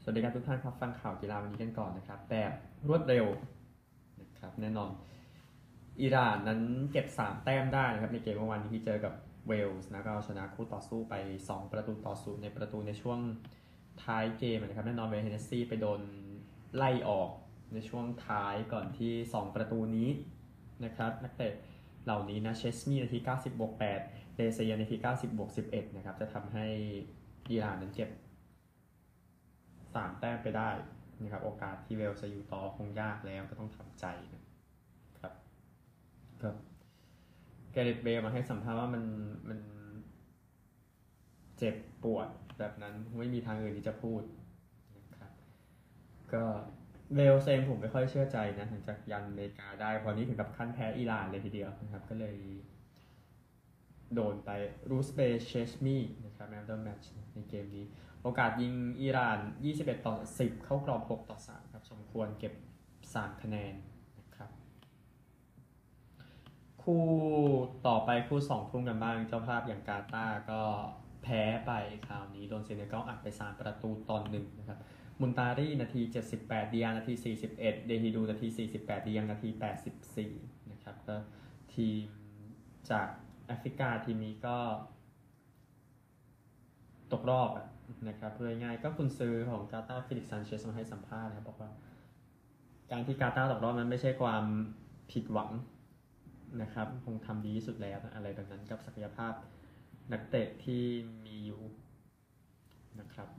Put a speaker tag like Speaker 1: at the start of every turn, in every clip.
Speaker 1: วัสดีครับทุกท่านครับฟังข่าวกีฬาวันนี้กันก่อนนะครับแบบรวดเร็วนะครับแน่นอนอิหร่านนั้นเก็บ3แต้มได้นะครับในเกมเมื่อวานนี้ที่เจอกับเวลส์นะก็เอาชนะคู่ต่อสู้ไป2-0ในประตูในช่วงท้ายเกมนะครับแน่นอนเวลเฮเนสซี่ไปโดนไล่ออกในช่วงท้ายก่อนที่2ประตูนี้นะครับนักเตะเหล่านี้นะเชสมี่นาที90+8เลเซียนาที90+11นะครับจะทำให้อิหร่านนั้นเก็บ3แต้มไปได้นะครับโอกาสที่เวลจะอยู่ต่อคงยากแล้วก็ต้องทำใจนะครับครับแกเรตเบลมาให้สัมภาษณ์ว่ามันเจ็บปวดแบบนั้นไม่มีทางอื่นที่จะพูดนะครับก็เวลเซงผมไม่ค่อยเชื่อใจนะหลังจากยันอเมริกาได้พอนี้ถึงกับขั้นแพ้อิหร่านเลยทีเดียวนะครับก็เลยโดนไปรูสเบย์เชชมีนะครับแมนเดอร์แมตช์ในเกมนี้โอกาสยิงอิหร่าน21-10เข้ากรอบ6-3ครับสมควรเก็บ3คะแนนนะครับคู่ต่อไปคู่2ทุ่มกันบ้างเจ้าภาพอย่างกาตาร์ก็แพ้ไปคราวนี้โดนเซเนกัลอัดไป3-1นะครับมุนตารีนาที78ดิยานาที41เดฮิดูนาที48ดิยังนาที84นะครับก็ทีมจากแอฟริกาทีมนี้ก็ตกรอบนะครับเพื่อง่ายก็คุณซื้อของกาตาร์ฟิลิกซ์ซันเชสมาให้สัมภาษณ์นะครับบอกว่าการที่กาตาร์ตกรอบมันไม่ใช่ความผิดหวังนะครับคงทำดีที่สุดแล้วอะไรแบบนั้นกับศักยภาพนักเตะที่มีอยู่นะครับ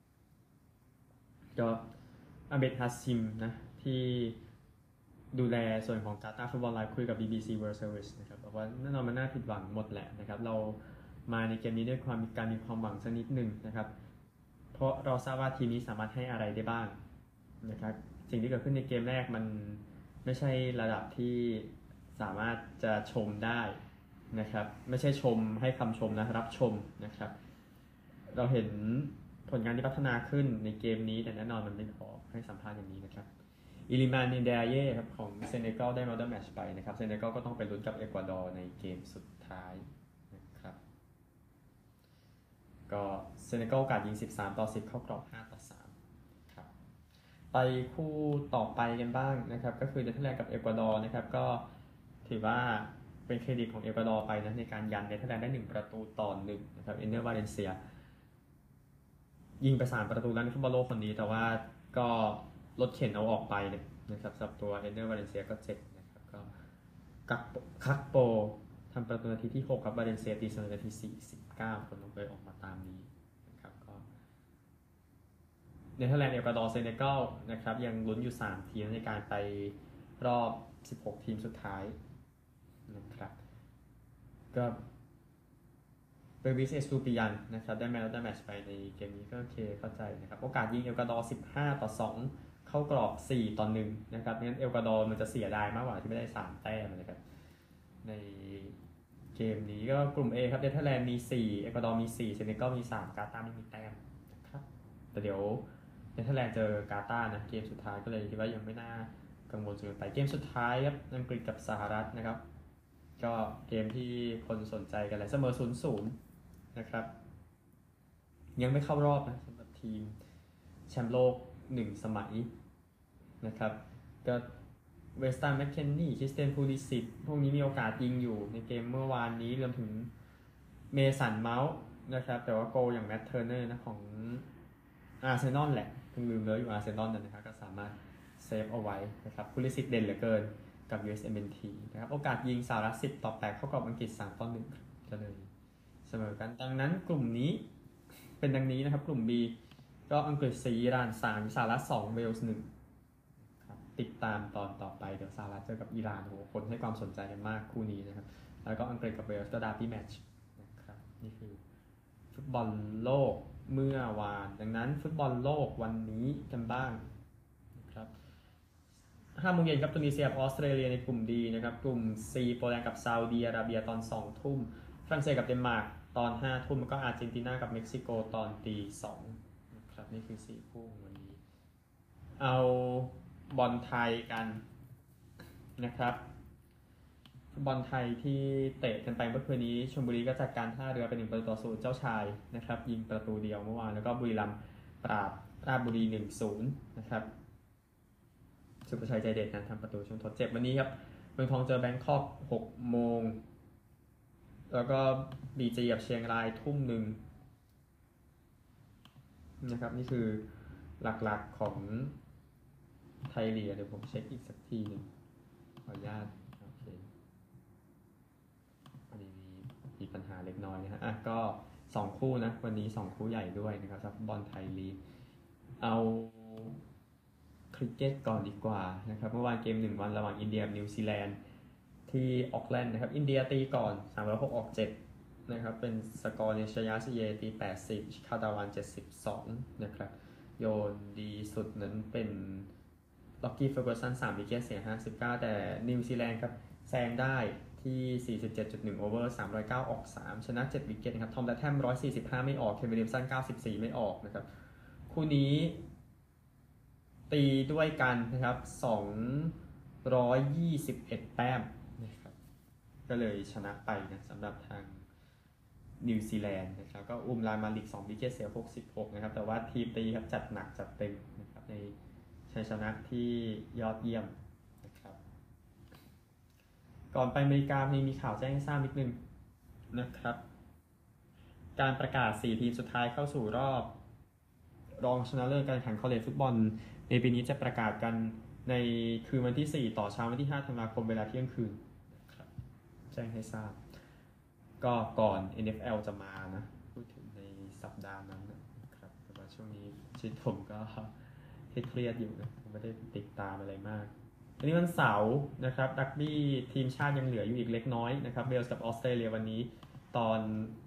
Speaker 1: ก็อาเบดฮัสซิมนะที่ดูแลส่วนของกาตาร์ฟุตบอลไลฟ์คุยกับ BBC World Service นะครับบอกว่าแน่นอนมันน่าผิดหวังหมดแหละนะครับเรามาในเกมนี้ด้วยการมีความหวังสักนิดหนึ่งนะครับเพราะเราทราบว่าทีมนี้สามารถให้อะไรได้บ้างนะครับสิ่งที่เกิดขึ้นในเกมแรกมันไม่ใช่ระดับที่สามารถจะชมได้นะครับไม่ใช่ชมให้คำชมนะรับชมนะครับเราเห็นผลงานที่พัฒนาขึ้นในเกมนี้แต่แน่นอนมันไม่พอให้สัมภาษณ์อย่างนี้นะครับอิลิมานนินเดเย่ครับของเซเนกัลได้มาเดอร์แมตช์ไปนะครับเซเนกัลก็ต้องไปลุ้นกับเอกวาดอร์ในเกมสุดท้ายนะครับก็เซเนกัลโอกาสยิง13-10เข้ากรอบ5-3ครับไปคู่ต่อไปกันบ้างนะครับก็คือเนเธอร์แลนด์กับเอกวาดอร์นะครับก็ถือว่าเป็นเครดิตของเอกวาดอร์ไปนะในการยันเนเธอร์แลนด์ได้1-1นะครับเอนเนอร์วาเลนเซียยิงไป3ประตูแล้วในฟุตบอลโลกคนนี้แต่ว่าก็รถเข็นเอาออกไปนะครับสำหรับตัวเอนเนอร์วาเลนเซียก็เจ็บนะครับก็คักโปทำประตูนาทีที่6ครับวาเลนเซียตีเสมอนาที49ผลลงเลยออกมาตามนี้นะครับก็เนเธอร์แลนด์เอกวาดอร์เซเนกัลนะครับยังลุ้นอยู่3ทีมในการไปรอบ16ทีมสุดท้ายนะครับก็เบอร์บิสเอสตูปิยันนะครับได้แมตช์ได้แมตช์ไปในเกมนี้ก็โอเคเข้าใจนะครับโอกาสยิงเอกวาดอร์15-2เข้ากรอบ4-1นะครับงั้นเอกวาดอร์มันจะเสียดายมากกว่าที่ไม่ได้3แต้มนะครับในเกมนี้ก็กลุ่ม A ครับเนเธอร์แลนด์มี4เอกวาดอร์มี4เซเนกัลมี3กาตาร์ไม่มีแต้มนะครับแต่เดี๋ยวเนเธอร์แลนด์เจอกาตาร์นะเกมสุดท้ายก็เลยคิดว่ายังไม่น่ากังวลจนเกินไปเกมสุดท้ายครับอังกฤษกับสหรัฐนะครับก็เกมที่คนสนใจกันเลยเสมอ0-0นะครับยังไม่เข้ารอบนะสำหรับทีมแชมป์โลก1สมัยนะครับก็เวสตันแมคเคนนี่คริสเตียนพูลิซิตพวกนี้มีโอกาสยิงอยู่ในเกมเมื่อวานนี้รวมถึงเมสันเมาส์นะครับแต่ว่าโกอย่างแมตต์เทอร์เนอร์นะของอาร์เซนอลแหละเพิ่งลืมเลยอยู่อาร์เซนอลนะครับก็สามารถเซฟเอาไว้นะครับพูลิซิตเด่นเหลือเกินกับ USMNT นะครับโอกาสยิงสหรัฐ10-8เข้ากับอังกฤษ3-1จะเลยเสมอกันดังนั้นกลุ่มนี้เป็นดังนี้นะครับกลุ่ม B ก็อังกฤษ4อิหร่าน3สหรัฐ2เวลส์1ครับติดตามตอนต่อไปเดี๋ยวสหรัฐเจอกับอิหร่านโหคนให้ความสนใจกันมากคู่นี้นะครับแล้วก็อังกฤษกับเวลส์ก็ดาร์บี้แมตช์นะครับนี่คือฟุตบอลโลกเมื่อวานดังนั้นฟุตบอลโลกวันนี้กันบ้างนะครับ5 โมงเย็นครับตุนิเซียกับออสเตรเลียในกลุ่มดีนะครับกลุ่ม C โปแลนด์กับซาอุดิอาระเบียตอน2 ทุ่มฝรั่งเศสกับเดนมาร์กตอน5 ทุ่มแล้วก็อาร์เจนตินากับเม็กซิโกตอน2 นะครับนี่คือ4คู่วันนี้เอาบอลไทยกันนะครับบอลไทยที่เตะกันไปเมื่อคืนนี้ชลบุรีก็จัดการท่าเรือเป็น1-0เจ้าชายนะครับยิงประตูเดียวเมื่อวานแล้วก็บุรีรัมย์ปราบราชบุรี 1-0 นะครับสุภชัยใจเด็ดนั้นทำประตูช่วงทดเจ็บวันนี้ครับเมืองทองเจอแบงคอก6 โมงแล้วก็บีจีกับเชียงราย 1 ทุ่มนะครับนี่คือหลักๆของไทยลีกเดี๋ยวผมเช็คอีกสักทีหนึ่งขออนุญาตโอเคอันนี้มีปัญหาเล็กน้อยนะฮะก็2 คู่นะวันนี้2 คู่ใหญ่ด้วยนะครับสำหรับบอลไทยลีกเอาคริกเก็ตก่อนดีกว่านะครับเมื่อวานเกม1 วันระหว่างอินเดียกับนิวซีแลนด์ที่ออกแลนด์นะครับอินเดียตีก่อน306ออก7นะครับเป็นสกอร์ในชยาซิเยตี80ชิคาดาวัน72นะครับโยนดีสุดนั้นเป็นล็อกกี้เฟอร์กูสัน3 วิกเก็ตเสีย59แต่นิวซีแลนด์ครับแซงได้ที่ 47.1 โอเวอร์309ออก3ชนะ7 วิกเก็ตนะครับทอม แดทแฮม145ไม่ออกเคนวิลเลียมสัน94ไม่ออกนะครับคู่นี้ตีด้วยกันนะครับ221 แต้มนะครับก็เลยชนะไปนะสำหรับทางนิวซีแลนด์นะครับก็ลายมาลิก2 วิกเก็ตเสีย66นะครับแต่ว่าทีมตีครับจัดหนักจัดเต็มนะครับในชัยชนะที่ยอดเยี่ยมนะครับก่อนไปอเมริกามีข่าวแจ้งให้ทราบนิดนึงนะครับการประกาศ4 ทีมสุดท้ายเข้าสู่รอบรองชนะเลิศการแข่งขันคอลเลจฟุตบอลในปีนี้จะประกาศกันในคืนวันที่4ต่อเช้าวันที่5 ธันวาคมเวลาเที่ยงคืนนะครับแจ้งให้ทราบก็ก่อน NFL จะมานะพูดถึงในสัปดาห์นั้นนะครับแต่ว่าช่วงนี้ชีวิตผมก็เครียดอยู่นะไม่ได้ติดตามอะไรมากวันนี้วันเสาร์นะครับรักบี้ทีมชาติยังเหลืออยู่อีกเล็กน้อยนะครับเวลส์กับออสเตรเลียวันนี้ตอน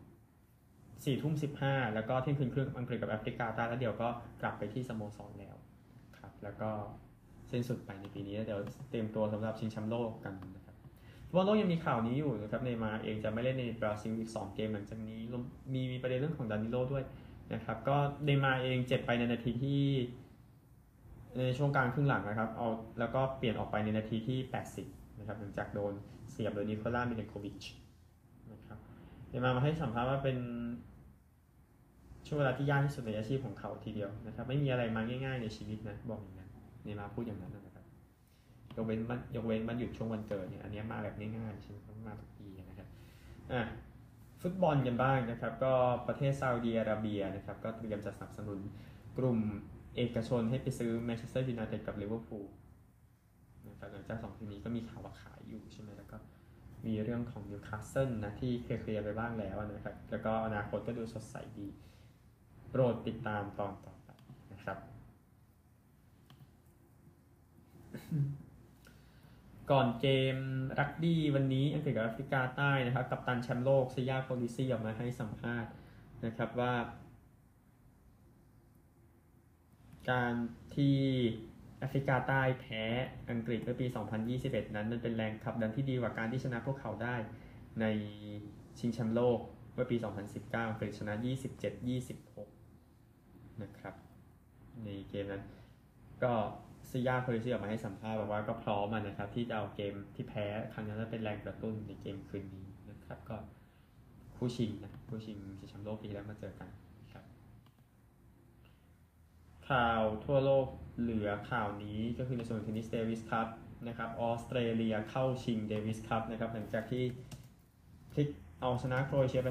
Speaker 1: 4:15แล้วก็เที่ยงคืนครึ่งอังกฤษกับแอฟริกาใต้แล้วเดี๋ยวก็กลับไปที่สโมสรแล้วครับแล้วก็สิ้นสุดไปในปีนี้เดี๋ยวเตรียมตัวสำหรับชิงแชมป์โลกกันนะครับฟุตบอลโลกยังมีข่าวนี้อยู่นะครับเนย์มาร์เองจะไม่เล่นในบราซิลอีก2 เกมหลังจากนี้มีประเด็นเรื่องของดานิโลด้วยนะครับก็เนย์มาร์เองเจ็บไปในนาทีที่ในช่วงกลางครึ่งหลังนะครับเอาแล้วก็เปลี่ยนออกไปในนาทีที่80นะครับหลังจากโดนเสียบโดยนิโคล่ามิเลนโควิชนะครับเนย์มาร์มาให้สัมภาษณ์ว่าเป็นช่วงเวลาที่ยากที่สุดในอาชีพของเขาทีเดียวนะครับไม่มีอะไรมาง่ายๆในชีวิตนะบอกอย่างนั้นเนย์มาร์พูดอย่างนั้นนะครับยกเว้นมันหยุดช่วงวันเกิดเนี่ยอันนี้มาแบบง่ายๆใช่ไหมครับมาทุกปีนะครับฟุตบอลกันบ้างนะครับก็ประเทศซาอุดิอาระเบียนะครับก็เตรียมจะสนับสนุนกลุ่มเอกชนให้ไปซื้อแมนเชสเตอร์ยูไนเต็ดกับลิเวอร์พูลนะครับหลังจาก2 ทีมนี้ก็มีข่าวว่าขายอยู่ใช่ไหมแล้วก็มีเรื่องของนิวคาสเซิลนะที่เคลียร์ไปบ้างแล้วนะครับแล้วก็อนาคตก็ดูสดใสดีโปรดติดตามตอนต่อไปนะครับก่อนเกมรักบี้วันนี้อังกฤษกับแอฟริกาใต้นะครับกัปตันแชมป์โลกซิยาโคลิซี่ออกมาให้สัมภาษณ์นะครับว่าการที่แอฟริกาใต้แพ้อังกฤษเมื่อปี 2021 นั้นมันเป็นแรงขับดันที่ดีกว่าการที่ชนะพวกเขาได้ในชิงแชมป์โลกเมื่อปี 2019 อังกฤษชนะ 27-26 นะครับในเกมนั้นก็ซิยาโคลิซี่ออกมาให้สัมภาษณ์บอกว่าก็พร้อมนะครับที่จะเอาเกมที่แพ้ครั้งนั้นเป็นแรงกระตุ้นในเกมคืนนี้นะครับก็คู่ชิงชิงแชมป์โลกปีแล้วมาเจอกันครับข่าวทั่วโลกเหลือข่าวนี้ก็คือในส่วนเทนนิสเดวิสคัพนะครับออสเตรเลียเข้าชิงเดวิสคัพนะครับหลังจากที่พลิกเอาชนะโครเอเชียไป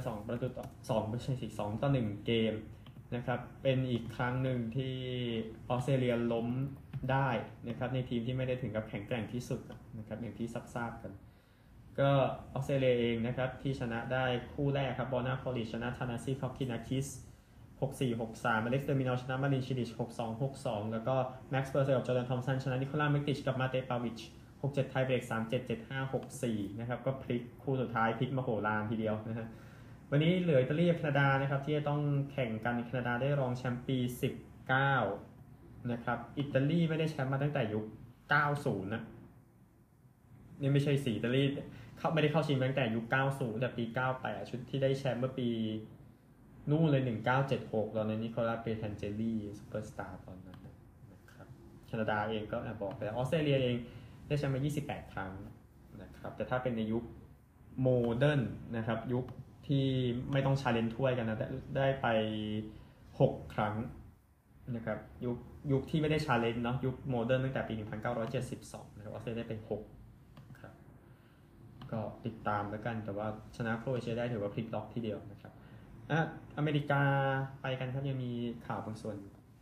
Speaker 1: 2-1 เกมนะครับเป็นอีกครั้งหนึ่งที่ออสเตรเลียล้มได้นะครับในทีมที่ไม่ได้ถึงกับแข็งแกร่งที่สุดนะครับอย่างที่ทราบกันก็ออสเตรเลียเองนะครับที่ชนะได้คู่แรกครับบอนาโพลิชชนะทานาซีคอคินาคิส6-4 6-3 อเล็กซ์เดอร์มินอลชนะมารินชิลิช6-2 6-2แล้วก็แม็กซ์เปอร์เซลกับจอร์แดนทอมสันชนะนิโคล่าเมกติชกับมาเตปาวิช6-7 ไทเบรก 3-7 7-5 6-4 นะครับก็พลิกคู่สุดท้ายพลิกมโหฬารทีเดียวนะฮะวันนี้เหลืออิตาลีกับแคนาดานะครับที่จะต้องแข่งกันแคนาดาได้รองแชมป์ปี19นะครับอิตาลีไม่ได้แชมป์มาตั้งแต่ยุค90นะนี่ไม่ใช่สีอิตาลีไม่ได้เข้าชิงตั้งแต่ยุค90แต่ปี98ชุดที่ได้แชมป์เมื่อปีนู่นเลย1976ตอนนั้นนิโคลัสเปเทนเจลี่ซุปเปอร์สตาร์ตอนนั้นนะครับแคนาดาเองก็บอกไปแล้วออสเตรเลียเองได้แชมป์มา28 ครั้งนะครับแต่ถ้าเป็นในยุคโมเดิร์นนะครับยุคที่ไม่ต้องชาเลนจ์ถ้วยกันนะได้ไป6 ครั้งนะครับยุคที่ไม่ได้ชาเลนจ์เนาะยุคโมเดิร์นตั้งแต่ปี 1972 นะครับออสเตรเลียได้เป็น6ครับก็ติดตามแล้วกันแต่ว่าชนะโครเอเชียได้ถือว่าพลิกล็อกทีเดียวนะครับอเมริกาไปกันครับยังมีข่าวบางส่วน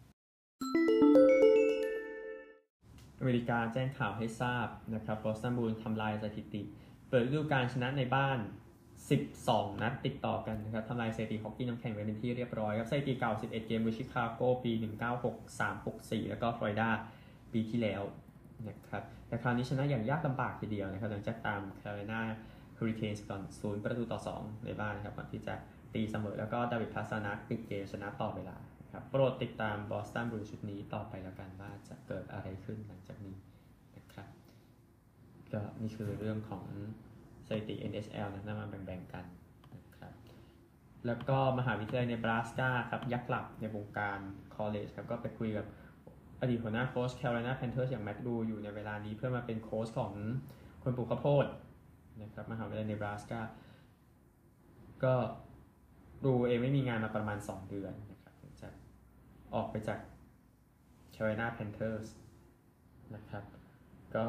Speaker 1: อเมริกาแจ้งข่าวให้ทราบนะครับบอสตันบลูส์ทำลายสถิติเปิดฤดูกาลชนะในบ้าน12 นัดติดต่อกันนะครับทำลายสถิติฮอกกี้น้ำแข็งไปเป็นที่เรียบร้อยครับสถิติเก่า11 เกมโดยชิคาโกปี 1963-64 แล้วก็ฟลอริดาปีที่แล้วนะครับแต่คราวนี้ชนะอย่างยากลำบากทีเดียวนะครับหลังจากตามแคโรไลนาเฮอริเคนส์ก่อน0-2ในบ้านครับก่อนที่จะตีเสมอแล้วก็ดาวิดพาสนาปิดเกมชนะต่อเวลาครับโปรดติดตามบอสตันบลูส์ชุดนี้ต่อไปแล้วกันว่าจะเกิดอะไรขึ้นหลังจากนี้นะครับก็นี่คือเรื่องของสถิติ NHL นะนำมาแบ่งๆกันนะครับแล้วก็มหาวิทยาลัยเนบราสกาครับยักษ์หลับในวงการคอลเลจครับก็ไปคุยกับอดีตหัวหน้าโค้ชแคโรไลนาแพนเทอร์สอย่างแมตต์รูอยู่ในเวลานี้เพื่อมาเป็นโค้ชของคนปลูกข้าวโพดนะครับมหาวิทยาลัยเนบราสกาก็รูเองไม่มีงานมาประมาณ2 เดือนนะครับจะออกไปจาก Carolina Panthers นะครับก็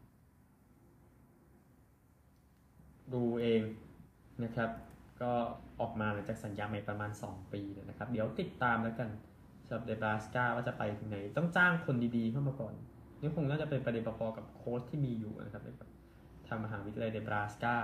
Speaker 1: รูเองนะครับก็ออกมาหลังจากสัญญาใหม่ประมาณ2 ปีนะครับเดี๋ยวติดตามแล้วกันสำหรับเนบราสกาว่าจะไปถึงไหนต้องจ้างคนดีๆเข้ามาก่อนนี่คงน่าจะเป็นประเด็นพอๆกับโค้ชที่มีอยู่นะครับทางมหาวิทยาลัยเนบราสกา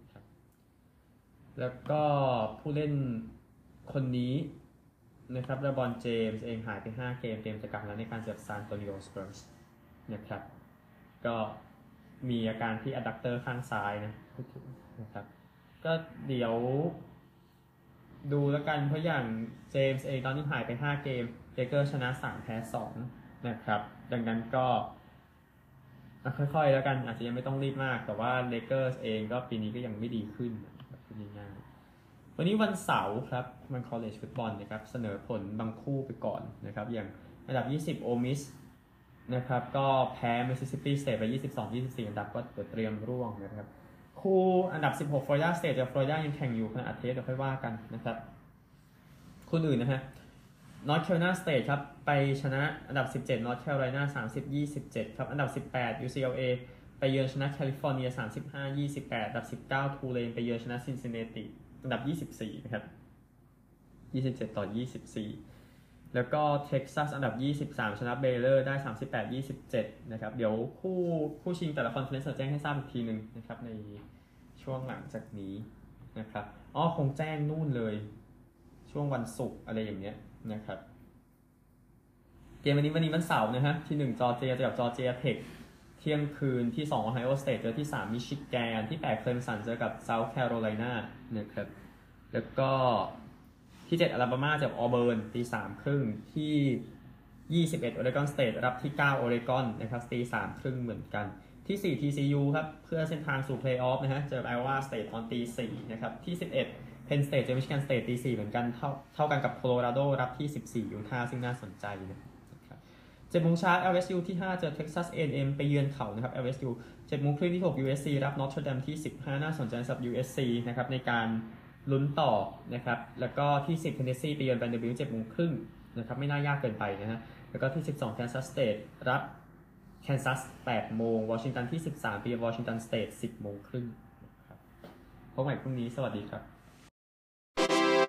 Speaker 1: แล้วก็ผู้เล่นคนนี้นะครับเลบรอนเจมส์เองหายไป5 เกมเตรียมจะกลับแล้วในการเจอซานโตนิโอสเปอร์สนะครับก็มีอาการที่อะดักเตอร์ข้างซ้ายนะครับก็เดี๋ยวดูแล้วกันเพราะอย่างเจมส์เองตอนนี้หายไป5 เกมเลเกอร์ชนะ3 แพ้2นะครับดังนั้นก็ค่อยๆแล้วกันอาจจะยังไม่ต้องรีบมากแต่ว่าเลเกอร์เองก็ปีนี้ก็ยังไม่ดีขึ้นง่ายๆวันนี้วันเสาร์ครับมันคอลเลจฟุตบอลนะครับเสนอผลบางคู่ไปก่อนนะครับอย่างอันดับ20โอมิสนะครับก็แพ้มิสซิสซิปปีสเตทไป22-24อันดับก็เตรียมร่วงนะครับคู่อันดับ16ฟลอริดาสเตทกับฟลอริดายังแข่งอยู่ขณะอัดเทปเดี๋ยวค่อยว่ากันนะครับคู่อื่นนะฮะนอร์ทแคโรไลนาสเตทครับไปชนะอันดับ17นอร์ทแคโรไลนา30-27ครับอันดับ18 UCLAไปเยือนชนะแคลิฟอร์เนีย35-28อันดับ19ทูเลนไปเยือนชนะซินซินเนติอันดับ24นะครับ27-24แล้วก็เท็กซัสอันดับ23ชนะเบเลอร์ได้38-27นะครับเดี๋ยวคู่ชิงแต่ละคอนเฟอเรนซ์จะแจ้งให้ทราบอีกทีนึงนะครับในช่วงหลังจากนี้นะครับคงแจ้งนู่นเลยช่วงวันศุกร์อะไรอย่างเงี้ยนะครับเกมวันนี้วันเสาร์นะฮะที่1จอร์เจียเจอกับจอร์เจียเทคเที่ยงคืนที่2 Ohio State เจอที่3มิชิแกนที่8เคลมสันเจอกับ South Carolina นะครับแล้วก็ที่7อลาบามาเจอกับออเบิร์นตี 3:30ที่21 Oregon State รับที่9 Oregon นะครับตี 3:30เหมือนกันที่4 TCU ครับเพื่อเส้นทางสู่เพลย์ออฟนะฮะเจอ Iowa State ตอนตี 4นะครับที่11Penn State เจอ Michigan State ตี 4เหมือนกันเท่ากันกับ Colorado รับที่14 Utah ซึ่งน่าสนใจนะครับ7 โมงเช้า LSU ที่5เจอ Texas A&M ไปเยือนเขานะครับ LSU 7 โมงครึ่งที่6 USC รับ Notre Dame ที่15น่าสนใจสำหรับ USC นะครับในการลุ้นต่อนะครับแล้วก็ที่10 Tennessee ไปเยือน Vanderbilt 7 โมงครึ่งนะครับไม่น่ายากเกินไปนะฮะแล้วก็ที่12 Kansas State รับ Kansas 8 โมง Washington ที่13ไปเยือน Washington State 10 โมงครึ่งนะครับพบกันใหม่พรุ่งนี้สวัสดีครับ